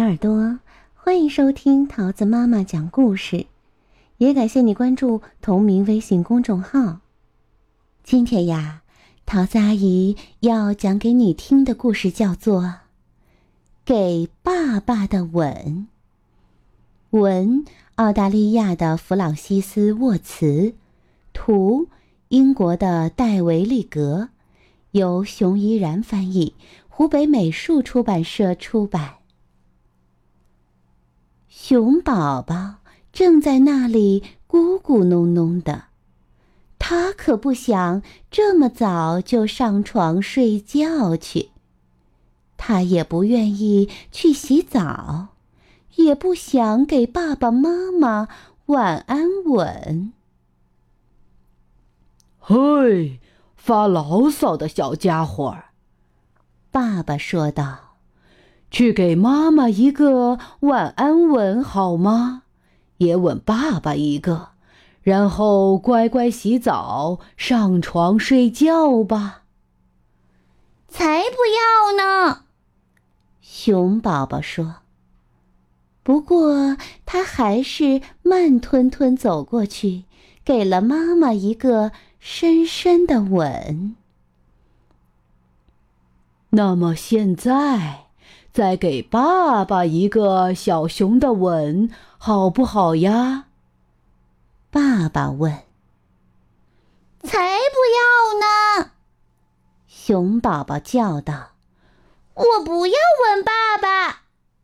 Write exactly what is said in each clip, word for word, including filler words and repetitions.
耳朵，欢迎收听桃子妈妈讲故事，也感谢你关注同名微信公众号。今天呀，桃子阿姨要讲给你听的故事叫做《给爸爸的吻》。文：澳大利亚的弗朗西斯·沃茨，图：英国的戴维利格，由熊怡然翻译，湖北美术出版社出版。熊宝宝正在那里咕咕哝哝的，他可不想这么早就上床睡觉去，他也不愿意去洗澡，也不想给爸爸妈妈晚安吻。 嘿，发牢骚的小家伙， 爸爸说道， 去给妈妈一个晚安吻好吗？也吻爸爸一个，然后乖乖洗澡，上床睡觉吧。 才不要呢，熊宝宝说。不过他还是慢吞吞走过去，给了妈妈一个深深的吻。 那么现在再给爸爸一个小熊的吻好不好呀？ 爸爸问。才不要呢，熊宝宝叫道，我不要吻爸爸。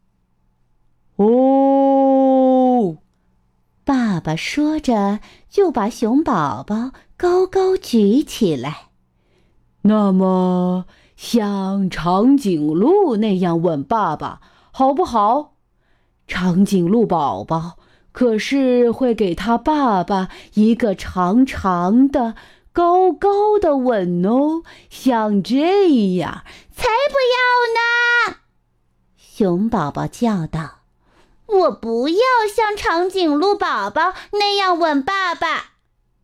哦， 爸爸说着就把熊宝宝高高举起来。 那么像长颈鹿那样吻爸爸好不好？长颈鹿宝宝可是会给他爸爸一个长长的高高的吻哦，像这样。 才不要呢，熊宝宝叫道，我不要像长颈鹿宝宝那样吻爸爸。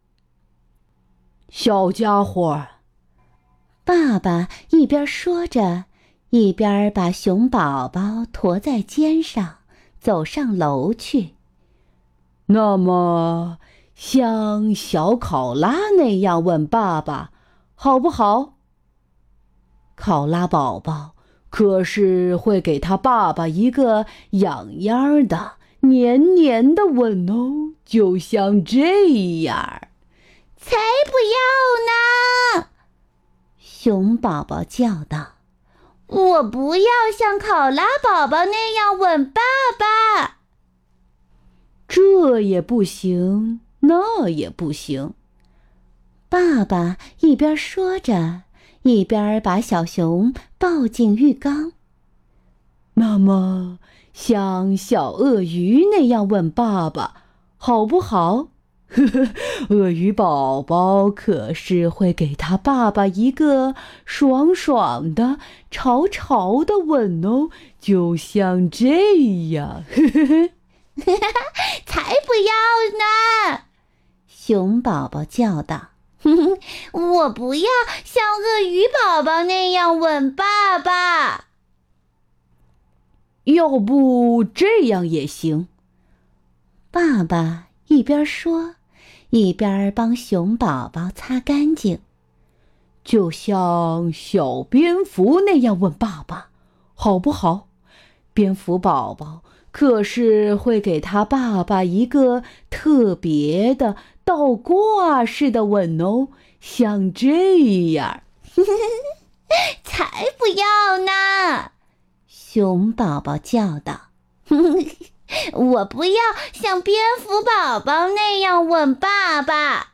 小家伙， 爸爸一边说着，一边把熊宝宝驮在肩上，走上楼去。 那么像小考拉那样吻爸爸好不好？考拉宝宝可是会给他爸爸一个痒痒的黏黏的吻哦，就像这样。 才不要呢，熊宝宝叫道，我不要像考拉宝宝那样吻爸爸。 这也不行，那也不行。 爸爸一边说着，一边把小熊抱进浴缸。 那么像小鳄鱼那样吻爸爸好不好？呵呵，鳄鱼宝宝可是会给他爸爸一个爽爽的潮潮的吻哦，就像这样。呵呵呵才不要呢，熊宝宝叫道，我不要像鳄鱼宝宝那样吻爸爸。 要不这样也行。 爸爸一边说，一边帮熊宝宝擦干净。 就像小蝙蝠那样吻爸爸好不好？蝙蝠宝宝可是会给他爸爸一个特别的倒挂式的吻哦，像这样。 才不要呢，熊宝宝叫道，我不要像蝙蝠宝宝那样吻爸爸。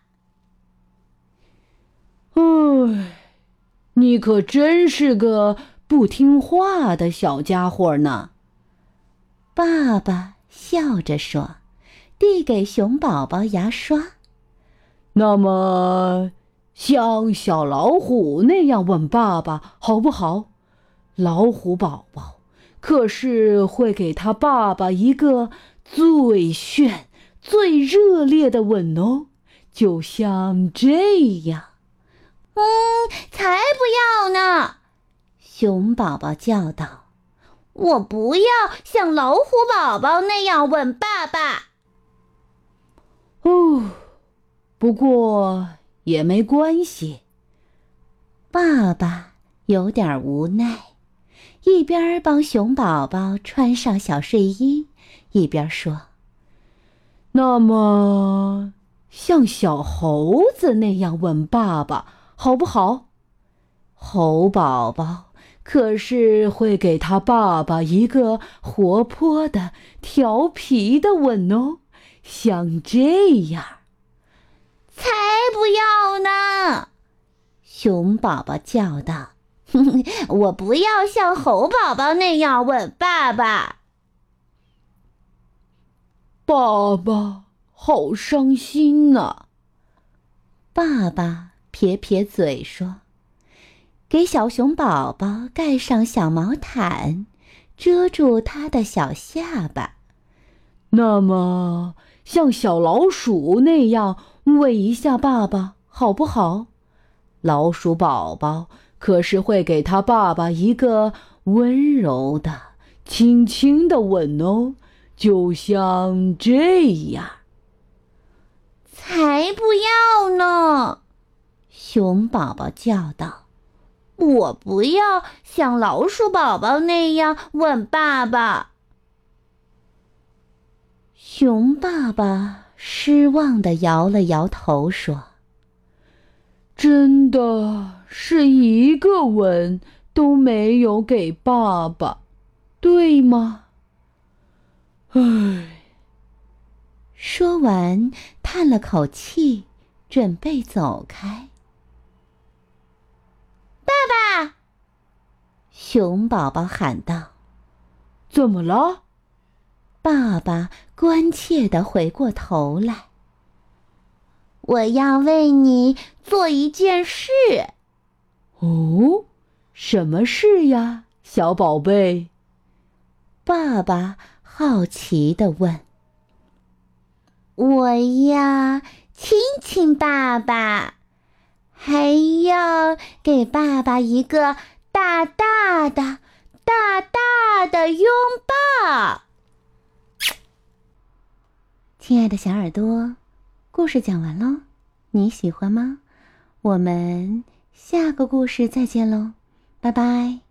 唉，你可真是个不听话的小家伙呢。 爸爸笑着说，递给熊宝宝牙刷。 那么像小老虎那样吻爸爸好不好？老虎宝宝可是会给他爸爸一个最炫最热烈的吻哦，就像这样。 嗯，才不要呢，熊宝宝叫道， 我不要像老虎宝宝那样吻爸爸。 哦，不过也没关系。 爸爸有点无奈，一边帮熊宝宝穿上小睡衣，一边说： 那么像小猴子那样吻爸爸好不好？猴宝宝可是会给他爸爸一个活泼的调皮的吻哦，像这样。 才不要呢！熊宝宝叫道：我不要像猴宝宝那样吻爸爸。 爸爸好伤心呐！ 爸爸撇撇嘴说，给小熊宝宝盖上小毛毯，遮住他的小下巴。 那么像小老鼠那样喂一下爸爸好不好？老鼠宝宝可是会给他爸爸一个温柔的轻轻的吻哦，就像这样。 才不要呢！熊宝宝叫道，我不要像老鼠宝宝那样吻爸爸。熊爸爸失望地摇了摇头说， 真的是一个吻都没有给爸爸，对吗？唉。 说完叹了口气，准备走开。爸爸！熊宝宝喊道。 怎么了？ 爸爸关切地回过头来。我要为你做一件事。 哦，什么事呀，小宝贝？ 爸爸好奇地问。我要亲亲爸爸，还要给爸爸一个大大的、大大的拥抱。亲爱的小耳朵，故事讲完喽，你喜欢吗？我们下个故事再见喽，拜拜。